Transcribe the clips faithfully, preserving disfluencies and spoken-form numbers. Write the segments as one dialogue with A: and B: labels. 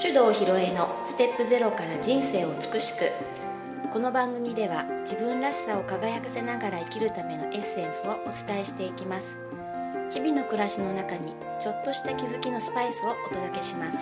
A: 手動ひろえのステップゼロから人生を美しく。この番組では自分らしさを輝かせながら生きるためのエッセンスをお伝えしていきます。日々の暮らしの中にちょっとした気づきのスパイスをお届けします。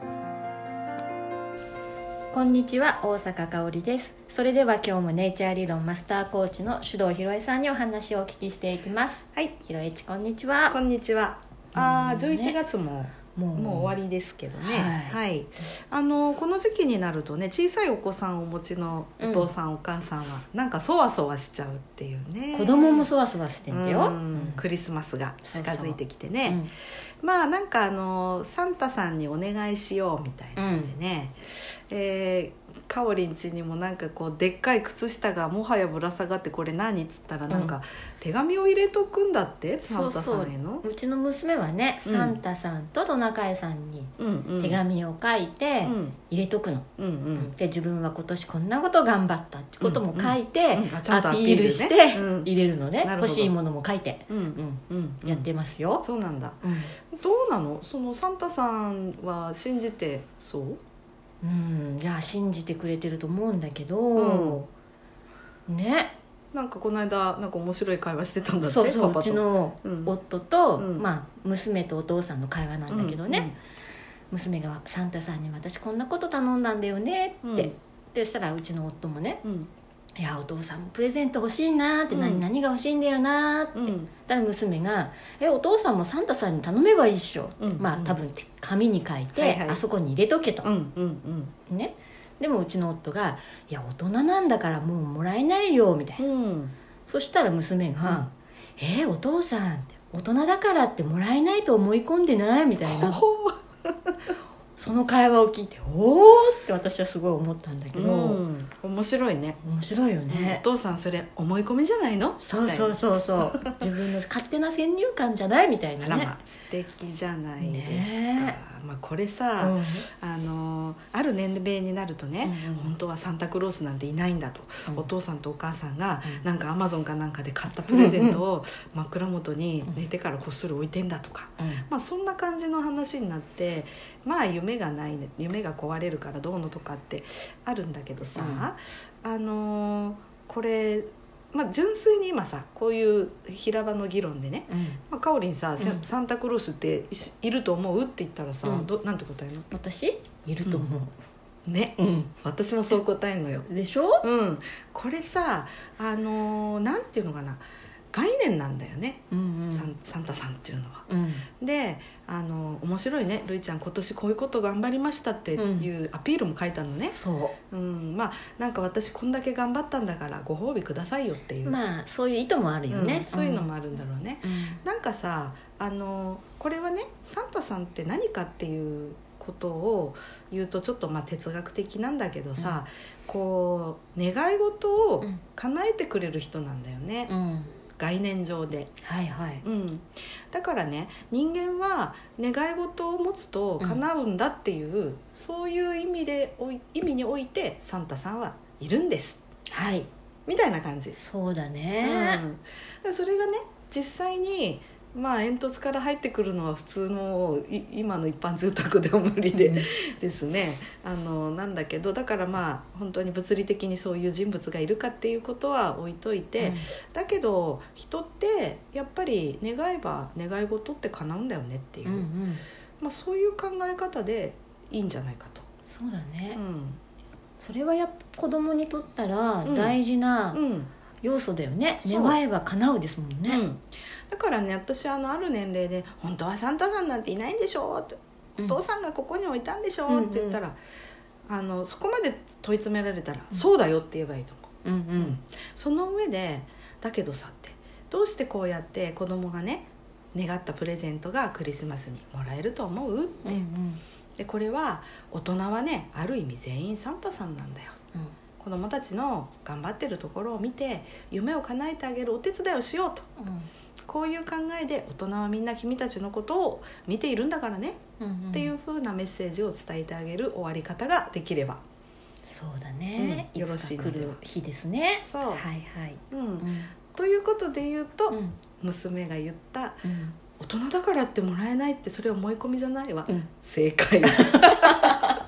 A: こんにちは、大阪香織です。それでは今日もネイチャー理論マスターコーチの手動ひろえさんにお話をお聞きしていきます。
B: はい、
A: ひろえち、こんにちは。
B: こんにちは。あー、
A: うん
B: じゅういちがつも
A: もう
B: もう終わりですけどね。
A: はい、
B: はい、あのこの時期になるとね、小さいお子さんをお持ちのお父さん、うん、お母さんはなんかそわそわしちゃうっていうね。
A: 子供もそわそわしてんだよ、
B: うん、クリスマスが近づいてきてね。
A: そうそう、
B: うん、まあなんかあのサンタさんにお願いしようみたいなのでね、うん、えーかおりんちにもなんかこうでっかい靴下がもはやぶら下がって、これ何っつったらなんか手紙を入れとくんだって、うん、サンタさんへの。
A: そうそう、うちの娘はね、サンタさんとトナカイさんに手紙を書いて入れとくの、うんうん、で自分は今年こんなこと頑張ったってことも書いて、うんうん、アピールして入れるのね、うん、欲しいものも書いて、うんうんうん、やってますよ。
B: そうなんだ、うん、どうなの、そのサンタさんは信じてそう？
A: うん、いや信じてくれてると思うんだけど、うん、ね、
B: なんかこの間なんか面白い会話してたんだって。
A: そうそう、
B: パパと
A: うちの夫と、うん、まあ、娘とお父さんの会話なんだけどね、うんうん、娘がサンタさんに私こんなこと頼んだんだよねって、うん、でしたらうちの夫もね、うん、いやお父さんもプレゼント欲しいなって、うん、何, 何が欲しいんだよなって、うん、だから娘がえお父さんもサンタさんに頼めばいいっしょ、うんうん、まあ多分紙に書いて、はいはい、あそこに入れとけと、うんうんうん、ね。でもうちの夫がいや大人なんだからもうもらえないよみたいな、うん、そしたら娘が、うん、えお父さん大人だからってもらえないと思い込んでないみたいなその会話を聞いておーって私はすごい思ったんだけど、うん、
B: 面白いね。
A: 面白いよね、
B: うん、お父さんそれ思い込みじゃないの？
A: そうそうそうそう自分の勝手な先入観じゃないみたいなね。あら、まあ、
B: 素敵じゃないですか、ね。まあ、これさ、うん、あのある年齢になるとね、うんうん、本当はサンタクロースなんていないんだと、うん、お父さんとお母さんが、うん、なんかアマゾンかなんかで買ったプレゼントを枕元に寝てからこっそり置いてんだとか、うん、まあ、そんな感じの話になって、まあ夢がない、ね、夢が壊れるからどうのとかってあるんだけどさ、うん、あのこれまあ、純粋に今さこういう平場の議論でね、うん、まあ、かおりんさ、うん、サンタクロースっていると思うって言ったらさ、うん、どなんて答えるの？
A: 私いると思う、
B: うん、ね、うん、私もそう答えるのよ。
A: でしょ、
B: うん、これさあのー、なんていうのかな、概念なんだよね、うんうん、サ, ンサンタさんっていうのは、うん、であの面白いね、るいちゃん今年こういうこと頑張りましたっていうアピールも書いたのね、
A: そう、
B: うん、まあなんか私こんだけ頑張ったんだからご褒美くださいよっていう、
A: まあそういう意図もあるよね、
B: うん、そういうのもあるんだろうね、うん、なんかさあのこれはねサンタさんって何かっていうことを言うとちょっとまあ哲学的なんだけどさ、うん、こう願い事を叶えてくれる人なんだよね、うん、概念上で、
A: はいはい、
B: うん、だからね人間は願い事を持つと叶うんだっていう、うん、そういう意味で意味においてサンタさんはいるんです、
A: はい、
B: みたいな感じ。
A: そうだね、
B: うん、それがね実際にまあ煙突から入ってくるのは普通の今の一般住宅でも無理でですね、あのなんだけど、だからまあ本当に物理的にそういう人物がいるかっていうことは置いといて、うん、だけど人ってやっぱり願えば願い事って叶うんだよねっていう、うんうん、まあ、そういう考え方でいいんじゃないかと。
A: そうだね、うん、それはやっぱ子供にとったら大事な要素だよね、うんうん、願えば叶うですもんね、うん、
B: だからね私あのある年齢で本当はサンタさんなんていないんでしょって、うん、お父さんがここに置いたんでしょって言ったら、うんうん、あのそこまで問い詰められたら、うん、そうだよって言えばいいと思う、うんうんうん、その上でだけどさってどうしてこうやって子供がね願ったプレゼントがクリスマスにもらえると思うって、うんうん、でこれは大人はねある意味全員サンタさんなんだよ、うん、子供たちの頑張ってるところを見て夢を叶えてあげるお手伝いをしようと、うん、こういう考えで大人はみんな君たちのことを見ているんだからね、うんうん、っていう風なメッセージを伝えてあげる終わり方ができれば、
A: そうだね、うん、
B: よろしいので
A: いつか来る日ですね。
B: そう、
A: はいはい、
B: うんうん、ということで言うと、うん、娘が言った、うん、大人だからってもらえないってそれは思い込みじゃないわ、うん、正解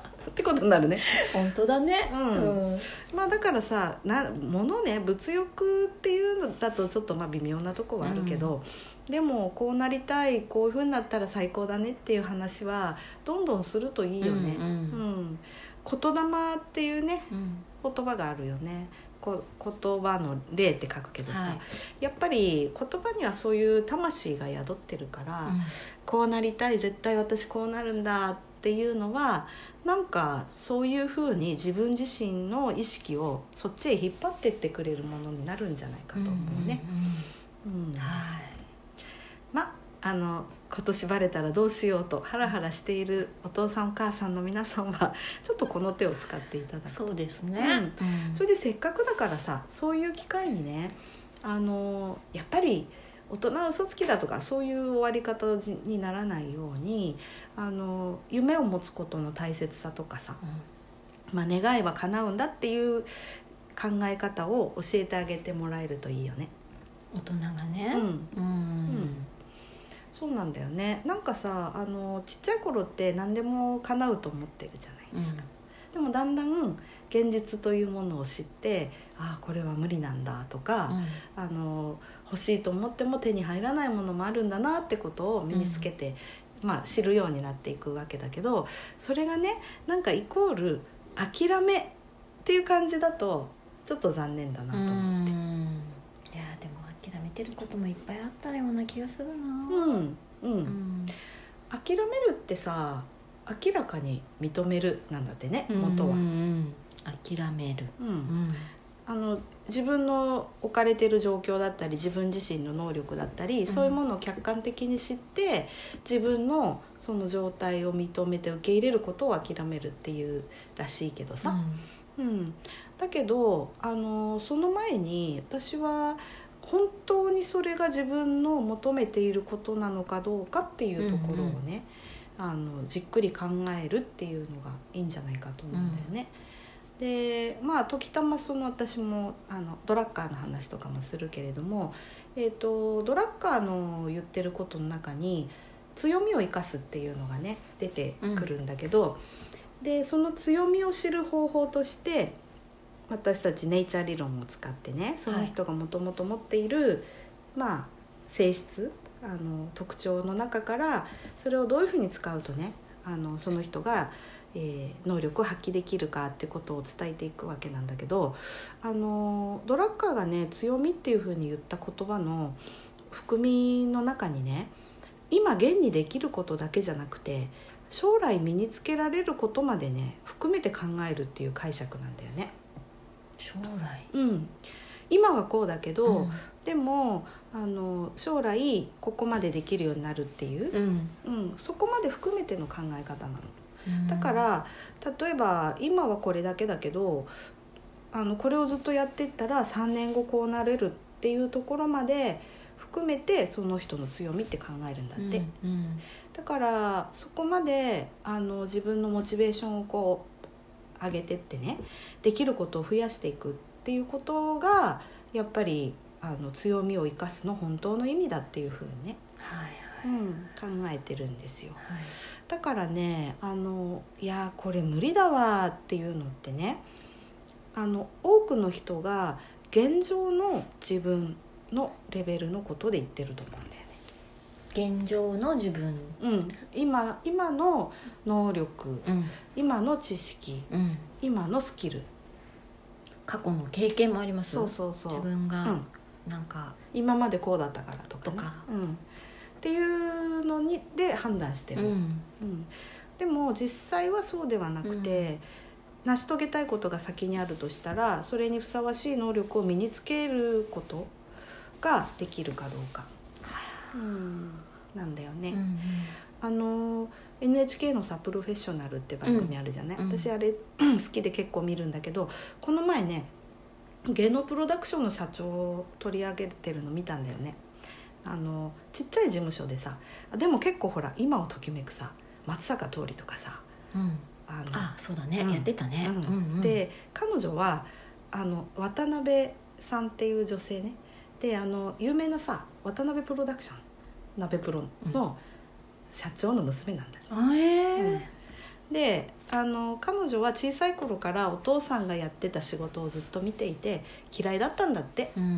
B: ことになるね。
A: 本当だね、
B: うんうん、まあだからさな物ね物欲っていうのだとちょっとまあ微妙なとこはあるけど、うん、でもこうなりたいこういう風になったら最高だねっていう話はどんどんするといいよね、うんうんうん、言霊っていうね、うん、言葉があるよね。こ言葉の霊って書くけどさ、はい、やっぱり言葉にはそういう魂が宿ってるから、うん、こうなりたい絶対私こうなるんだっていうのはなんかそういう風に自分自身の意識をそっちへ引っ張ってってくれるものになるんじゃないかと思うね。まああの今年バレたらどうしようとハラハラしているお父さんお母さんの皆さんはちょっとこの手を使っていただく。
A: そうですね、
B: うんうん、それでせっかくだからさそういう機会にねあのやっぱり大人は嘘つきだとかそういう終わり方にならないようにあの夢を持つことの大切さとかさ、うんまあ、願いは叶うんだっていう考え方を教えてあげてもらえるといいよね。
A: 大人がね、
B: うんうんうんそうなんだよね。なんかさあのちっちゃい頃って何でも叶うと思ってるじゃないですか、うん、でもだんだん現実というものを知ってああこれは無理なんだとか、うん、あの欲しいと思っても手に入らないものもあるんだなってことを身につけて、うん、まあ、知るようになっていくわけだけどそれがねなんかイコール諦めっていう感じだとちょっと残念だなと思って。うん
A: いやでも諦めてることもいっぱいあったような気がするな。
B: うん、うんうん、諦めるってさ明らかに認めるなんだってね元は、うんうん、
A: 諦める、
B: うんうん、あの自分の置かれてる状況だったり自分自身の能力だったり、うん、そういうものを客観的に知って自分のその状態を認めて受け入れることを諦めるっていうらしいけどさ、うんうん、だけどあのその前に私は本当にそれが自分の求めていることなのかどうかっていうところをね、うんうん、あのじっくり考えるっていうのがいいんじゃないかと思うんだよね、うん、でまあ時たまその私もあのドラッカーの話とかもするけれども、えーと、ドラッカーの言ってることの中に強みを生かすっていうのがね出てくるんだけど、うん、でその強みを知る方法として私たちネイチャー理論を使ってねその人がもともと持っている、はいまあ、性質あの特徴の中からそれをどういうふうに使うとねあのその人が、えー、能力を発揮できるかってことを伝えていくわけなんだけどあのドラッカーがね強みっていうふうに言った言葉の含みの中にね今現にできることだけじゃなくて将来身につけられることまでね含めて考えるっていう解釈なんだよね。
A: 将来、
B: うん、今はこうだけど、うん、でもあの将来ここまでできるようになるっていう、うんうん、そこまで含めての考え方なの、うん、だから例えば今はこれだけだけどあのこれをずっとやっていったらさんねんごこうなれるっていうところまで含めてその人の強みって考えるんだって、うんうん、だからそこまであの自分のモチベーションをこう上げてってねできることを増やしていくっていうことがやっぱりあの強みを生かすの本当の意味だっていうふうにね、はいはいうん、考えてるんですよ、はい、だからねあのいやこれ無理だわっていうのってねあの多くの人が現状の自分のレベルのことで言ってると思うんだよね。
A: 現状の自分、
B: うん、今, 今の能力、うん、今の知識、うん、今のスキル
A: 過去の経験もあります。
B: そうそうそう
A: 自分がなんか、
B: うん、今までこうだったからとか、ね
A: とか
B: うん、っていうのにで判断してる、うんうん、でも実際はそうではなくて、うん、成し遂げたいことが先にあるとしたらそれにふさわしい能力を身につけることができるかどうか、うん、なんだよね、うんうん、あの エヌエイチケー のさプロフェッショナルって番組あるじゃない、うん、私あれ好きで結構見るんだけどこの前ね芸能プロダクションの社長を取り上げてるの見たんだよね。あのちっちゃい事務所でさでも結構ほら今をときめくさ松坂桃李とかさ、
A: うん、あのあそうだね、うん、やってたね、
B: うんうん、で彼女はあの渡辺さんっていう女性ねであの有名なさ渡辺プロダクション鍋プロの社長の娘なんだ、
A: うん、えー
B: うん、 であの彼女は小さい頃からお父さんがやってた仕事をずっと見ていて嫌いだったんだって、
A: うん、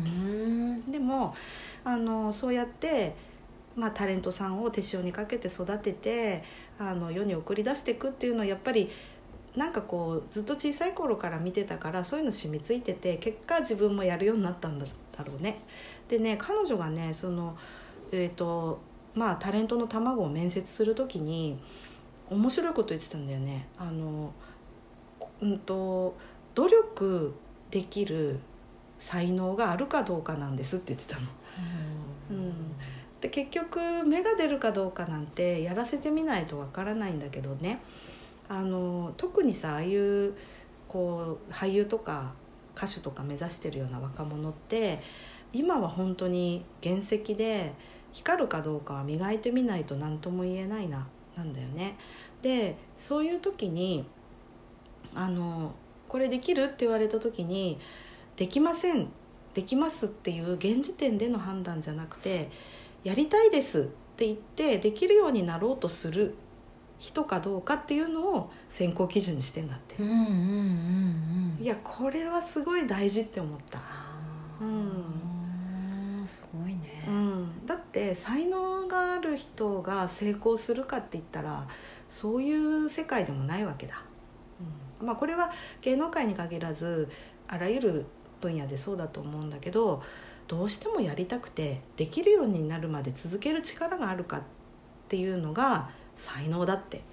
B: でもあのそうやって、まあ、タレントさんを手塩にかけて育ててあの世に送り出していくっていうのはやっぱりなんかこうずっと小さい頃から見てたからそういうの染みついてて結果自分もやるようになったんだろうね。でね彼女がねその、えーとまあ、タレントの卵を面接する時に面白いこと言ってたんだよね。あの、うんと、努力できる才能があるかどうかなんですって言ってたの、うんうん、で結局芽が出るかどうかなんてやらせてみないとわからないんだけどね、あの特にさああいうこう俳優とか歌手とか目指してるような若者って今は本当に原石で光るかどうかは磨いてみないと何とも言えないななんだよね。でそういう時にあのこれできるって言われた時にできませんできますっていう現時点での判断じゃなくてやりたいですって言ってできるようになろうとする人かどうかっていうのを選考基準にしてんだって、
A: うんうんうんうん、
B: いやこれはすごい大事って思った、
A: うん、すごいね、
B: うん、だって才能がある人が成功するかって言ったらそういう世界でもないわけだ、うん、まあこれは芸能界に限らずあらゆる分野でそうだと思うんだけどどうしてもやりたくてできるようになるまで続ける力があるかっていうのが才能だって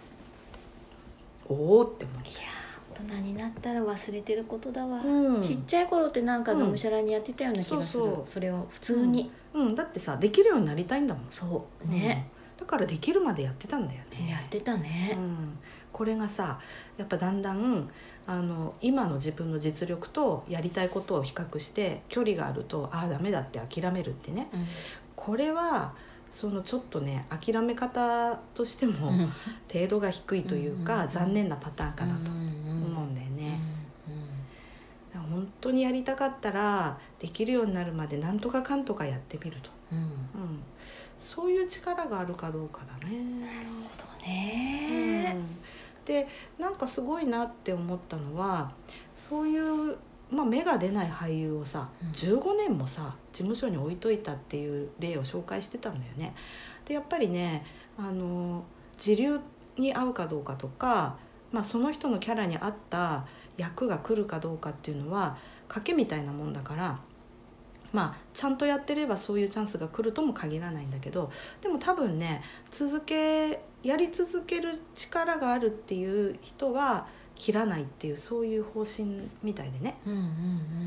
B: おおって思った。いや
A: 大人になったら忘れてることだわ、
B: うん、
A: ちっちゃい頃ってなんかがむしゃらにやってたような気がする、うん、そうそう、それを普通に、
B: うんうん、だってさできるようになりたいんだもん。
A: そうね、
B: うん、だからできるまでやってたんだよね。
A: やってたね、
B: うん、これがさやっぱだんだんあの今の自分の実力とやりたいことを比較して距離があるとああダメだって諦めるってね、うん、これはそのちょっとね諦め方としても程度が低いというか、うんうん、残念なパターンかなと思うんだよね、うんうん、本当にやりたかったらできるようになるまでなんとかかんとかやってみると、うんうん、そういう力があるかどうかだね。
A: なるほどね、
B: うんでなんかすごいなって思ったのはそういう、まあ、芽が出ない俳優をさ、うん、じゅうごねんもさ事務所に置いといたっていう例を紹介してたんだよね。でやっぱりねあの時流に合うかどうかとか、まあ、その人のキャラに合った役が来るかどうかっていうのは賭けみたいなもんだからまあ、ちゃんとやってればそういうチャンスが来るとも限らないんだけどでも多分ね続けやり続ける力があるっていう人は切らないっていうそういう方針みたいでね、うんうんうん、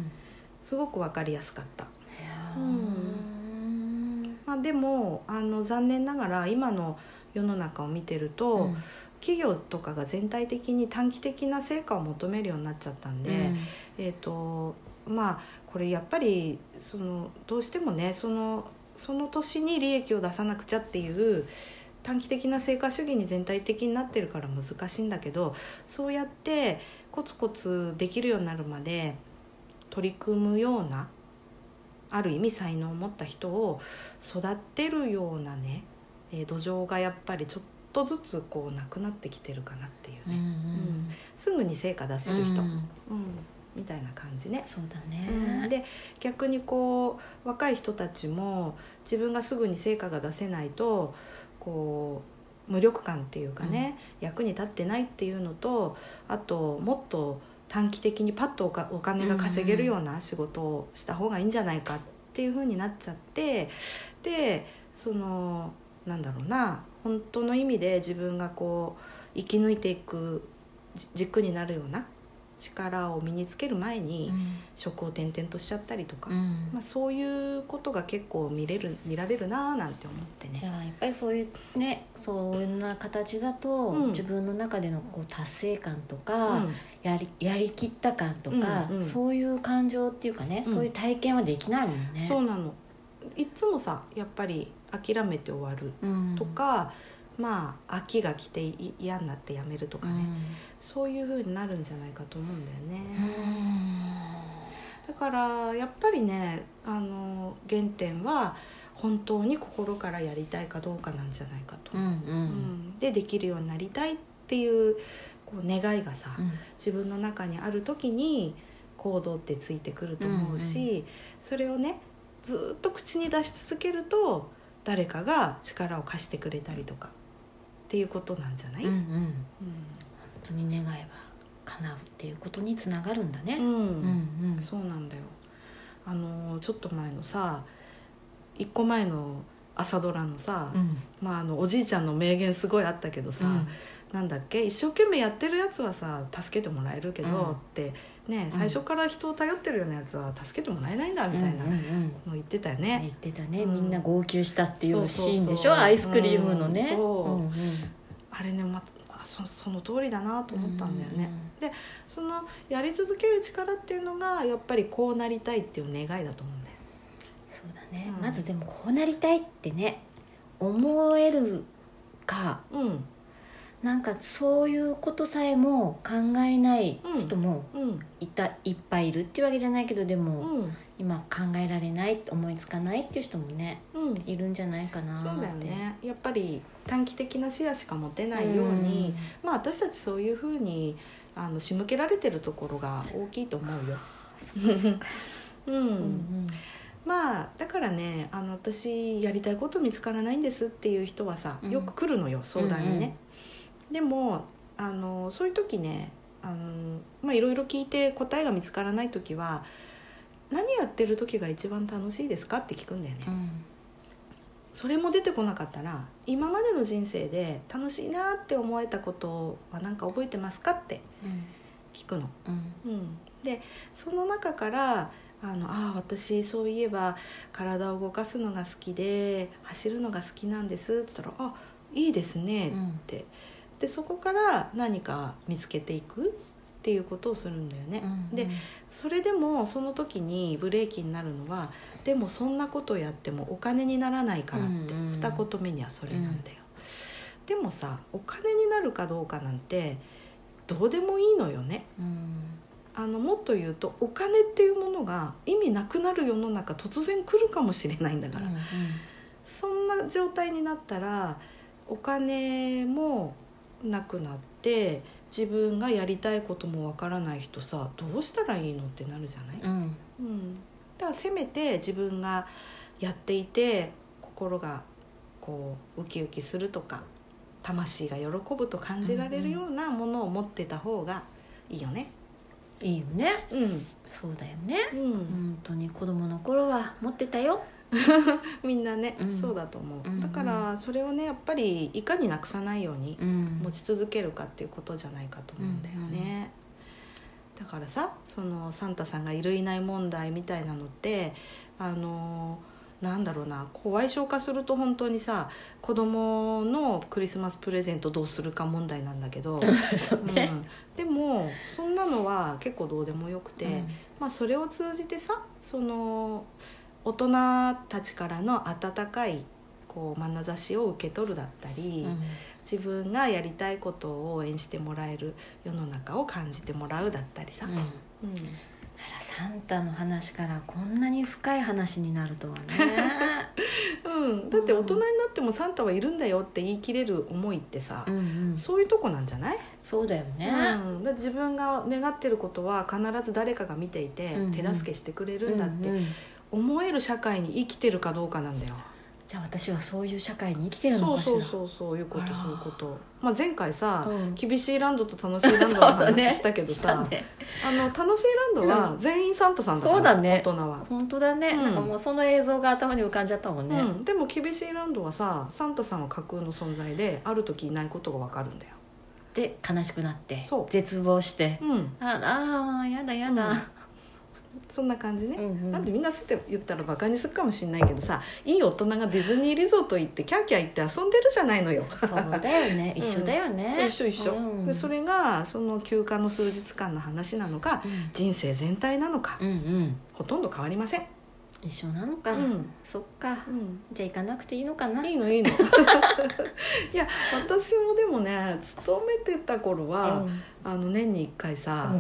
B: すごく分かりやすかった、うんまあ、でもあの残念ながら今の世の中を見てると、うん、企業とかが全体的に短期的な成果を求めるようになっちゃったんで、うんえーとまあ、これやっぱりそのどうしてもねその、その年に利益を出さなくちゃっていう短期的な成果主義に全体的になってるから難しいんだけどそうやってコツコツできるようになるまで取り組むようなある意味才能を持った人を育てるようなね、えー、土壌がやっぱりちょっとずつこうなくなってきてるかなっていうね、うんうんうん、すぐに成果出せる人、うんうんみたいな感じね。
A: そうだね、
B: うん、で逆にこう若い人たちも自分がすぐに成果が出せないとこう無力感っていうかね、うん、役に立ってないっていうのとあともっと短期的にパッと お, かお金が稼げるような仕事をした方がいいんじゃないかっていう風になっちゃってでそのなんだろうな本当の意味で自分がこう生き抜いていく軸になるような力を身につける前に職を転々としちゃったりとか、うんまあ、そういうことが結構見れる見られるななんて思ってね。
A: じゃあやっぱりそういうねそんな形だと、うん、自分の中でのこう達成感とか、うん、やり、やりきった感とか、うんうん、そういう感情っていうかね、うん、そういう体験はできないもんね。
B: そうなの。いつもさやっぱり諦めて終わるとか、うん、まあ秋が来て嫌になってやめるとかね、うん、そういう風になるんじゃないかと思うんだよね。だからやっぱりねあの原点は本当に心からやりたいかどうかなんじゃないかと、うんうんうん、でできるようになりたいっっていう、こう願いがさ、
A: うん、
B: 自分の中にある時に行動ってついてくると思うし、うんうん、それをねずっと口に出し続けると誰かが力を貸してくれたりとかっていうことなんじゃない？うんうんうん、
A: 本当に願いは叶うっていうことにつながるんだね、
B: うんうんうん、そうなんだよ。あのちょっと前のさいっこまえの朝ドラのさ、うん、まあ、あのおじいちゃんの名言すごいあったけどさ、うん、なんだっけ、一生懸命やってるやつはさ助けてもらえるけど、うん、ってね、最初から人を頼ってるようなやつは助けてもらえないんだみたいなの言ってたよね、うんうんうん、
A: 言ってたね、うん、みんな号泣したっていうシーンでしょ、アイスクリームのね、うん、そう、うんうん、
B: あれね、ま、そ, その通りだなと思ったんだよね、うんうん、でそのやり続ける力っていうのがやっぱりこうなりたいっていう願いだと思うんだよ。
A: そうだね、うん、まずでもこうなりたいってね思えるか、うん、なんかそういうことさえも考えない人もいた、うん、いっぱいいるっていうわけじゃないけど、でも、うん、今考えられない思いつかないっていう人もね、うん、いるんじゃないかなって。
B: そうだよね、やっぱり短期的な視野しか持てないように、うん、まあ私たちそういうふうにあの仕向けられてるところが大きいと思うよ。そうかうん、うんうん、まあだからね、あの私やりたいこと見つからないんですっていう人はさ、よく来るのよ、相談にね、うんうん、でもあのそういう時ね、あのまあいろいろ聞いて答えが見つからない時は、何やってる時が一番楽しいですかって聞くんだよね、うん、それも出てこなかったら、今までの人生で楽しいなって思えたことは何か覚えてますかって聞くの、うんうん、でその中からあのあ私そういえば体を動かすのが好きで走るのが好きなんですって言ったら、あいいですねって、うん、でそこから何か見つけていくっていうことをするんだよね、うんうん、でそれでもその時にブレーキになるのは、でもそんなことやってもお金にならないからって、うんうん、二言目にはそれなんだよ、うん、でもさ、お金になるかどうかなんてどうでもいいのよね、うん、あのもっと言うと、お金っていうものが意味なくなる世の中突然来るかもしれないんだから、うんうん、そんな状態になったらお金もなくなって自分がやりたいこともわからない人さ、どうしたらいいのってなるじゃない、うんうん、だからせめて自分がやっていて心がこうウキウキするとか魂が喜ぶと感じられるようなものを持ってた方がいいよね、
A: いいよね、
B: うん、
A: そうだよね、うん、本当に子供の頃は持ってたよ
B: みんなね、うん、そうだと思う、うんうん、だからそれをねやっぱりいかになくさないように持ち続けるかっていうことじゃないかと思うんだよね、うんうん、だからさ、そのサンタさんがいるいない問題みたいなのって、あのなんだろうな、こう矮小化すると本当にさ、子供のクリスマスプレゼントどうするか問題なんだけど
A: そうね、
B: うん、でもそんなのは結構どうでもよくて、うん、まあそれを通じてさ、その大人たちからの温かいこう眼差しを受け取るだったり、うん、自分がやりたいことを応援してもらえる世の中を感じてもらうだったりさ、うんうん、あ
A: らサンタの話からこんなに深い話になるとはね、
B: うん、だって大人になってもサンタはいるんだよって言い切れる思いってさ、うんうん、そういうとこなんじゃない？
A: そうだよね、
B: うん、だって自分が願ってることは必ず誰かが見ていて手助けしてくれるんだって、うんうん、思える社会に生きてるかどうかなんだよ。
A: じゃあ私はそういう社会に生きてるのかしら。
B: そうそうそうそういうことそういうこと、まあ、前回さ、うん、厳しいランドと楽しいランドの話したけどさ、ねね、あの楽しいランドは全員サンタさんだから、
A: そうだね、
B: 大人は
A: 本当だね、うん、なんかもうその映像が頭に浮かんじゃったもんね、
B: うん、でも厳しいランドはさ、サンタさんは架空の存在である時いないことが分かるんだよ。
A: で悲しくなって絶望して、うん、あらやだやだ、うん
B: そんな感じね、うんうん、なんでみんなすって言ったらバカにするかもしれないけどさ、いい大人がディズニーリゾート行ってキャーキャー行って遊んでるじゃないのよ。
A: そうだよね、一緒だよね、
B: うん、一緒一緒、うん、でそれがその休暇の数日間の話なのか、うん、人生全体なのか、うんうん、ほとんど変わりません。
A: 一緒なのか、うん、そっか、うん、じゃあ行かなくていいのかな。
B: いいのいいのいや私もでもね勤めてた頃は、うん、あの年にいっかいさ、うん、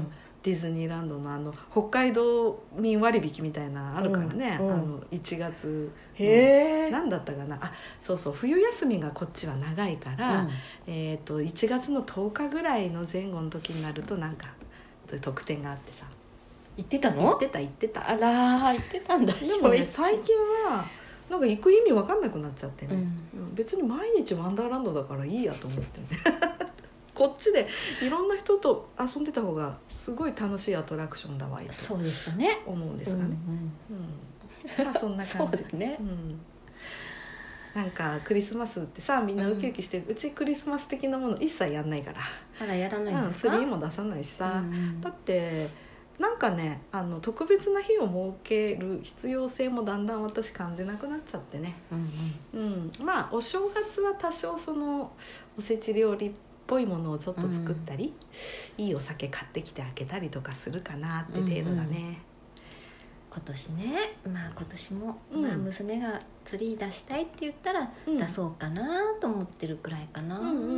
B: ディズニーランドのあの北海道民割引みたいなあるからね、
A: うんうん、
B: あのいちがつ
A: へー、
B: 何だったかなあ、そうそう、冬休みがこっちは長いから、うん、えー、といちがつのとおかぐらいの前後の時になるとなんか特典があってさ。
A: 行ってたの？
B: 行ってた行ってた。
A: あらー、行ってたんだ。
B: でもね最近はなんか行く意味分かんなくなっちゃってね、うん、別に毎日ワンダーランドだからいいやと思ってねこっちでいろんな人と遊んでた方がすごい楽しいアトラクションだわよと
A: そうでしたね
B: 思うんですがね、うんうん、まあそんな感じ
A: そうですね、
B: うん、なんかクリスマスってさみんなウキウキしてる、うん、うちクリスマス的なもの一切やんないから。
A: あら、やらないんですか？
B: うん、ツリーも出さないしさ、
A: うんうん、
B: だってなんかね、あの特別な日を設ける必要性もだんだん私感じなくなっちゃってね、うんうんうん、まあお正月は多少そのおせち料理っぽいものをちょっと作ったり、うん、いいお酒買ってきてあげたりとかするかなって程度だね、うんうん、
A: 今年ね、まあ今年も、うん、まあ、娘がツリー出したいって言ったら出そうかなと思ってるくらいかな、うんうんうん、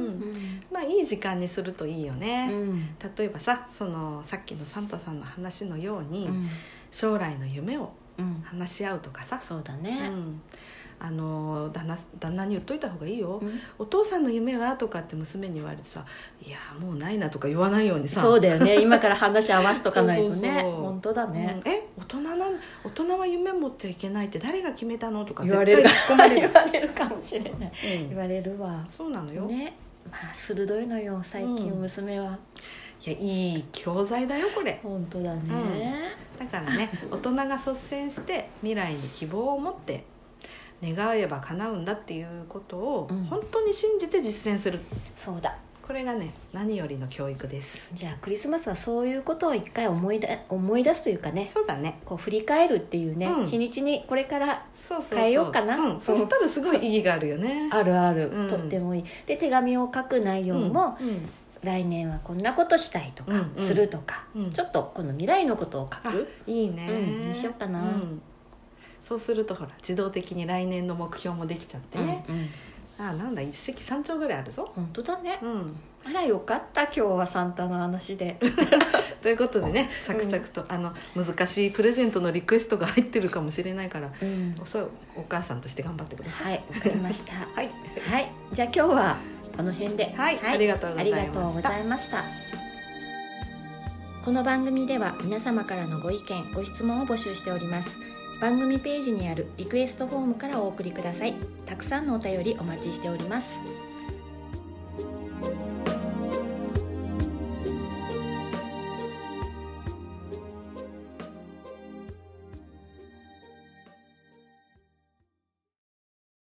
B: まあいい時間にするといいよね、
A: うん、
B: 例えばさ、そのさっきのサンタさんの話のように、うん、将来の夢を話し合うとかさ、うん、
A: そうだね、うん、
B: あの 旦那、旦那に言っといた方がいいよ、
A: うん、
B: お父さんの夢はとかって娘に言われてさ、いやもうないなとか言わないようにさ。
A: そうだよね、今から話合わせとかないとね。そうそうそう、本当だね、
B: うん、え大人な大人は夢持っちゃいけないって誰が決めたのとか
A: 言われる
B: 絶対
A: 言われるかもしれない、うん、言われるわ。
B: そうなのよ、
A: ね、まあ鋭いのよ最近娘は、うん、
B: いやいい教材だよこれ。
A: 本当だね、
B: うん、だからね大人が率先して未来に希望を持って願えば叶うんだっていうことを本当に信じて実践する、うん、
A: そうだ、
B: これがね何よりの教育です。
A: じゃあクリスマスはそういうことを一回思い出、思い出すというかね、
B: そうだね、
A: こう振り返るっていうね、うん、日にちにこれから変えようかな。
B: そうそうそう、うん、そしたらすごい意義があるよね
A: あるある、うん、とってもいい。で手紙を書く内容も、うんうん、来年はこんなことしたいとか、うんうん、するとか、うん、ちょっとこの未来のことを書く、
B: いいね、
A: うん、にしようかな、うん、
B: そうするとほら自動的に来年の目標もできちゃってね、うんうん、あなんだ一石三鳥ぐらいあるぞ。
A: 本当だね、うん、あらよかった今日はサンタの話で
B: ということでね着々と、うん、あの難しいプレゼントのリクエストが入ってるかもしれないから、うん、そうお母さんとして頑張ってください。
A: はい、わかりました
B: はい、
A: はい、じゃあ今日はこの辺で、
B: はい、はい、ありがとうございました。
A: ありがとうございました。この番組では皆様からのご意見ご質問を募集しております。番組ページにあるリクエストフォームからお送りください。たくさんのお便りお待ちしております。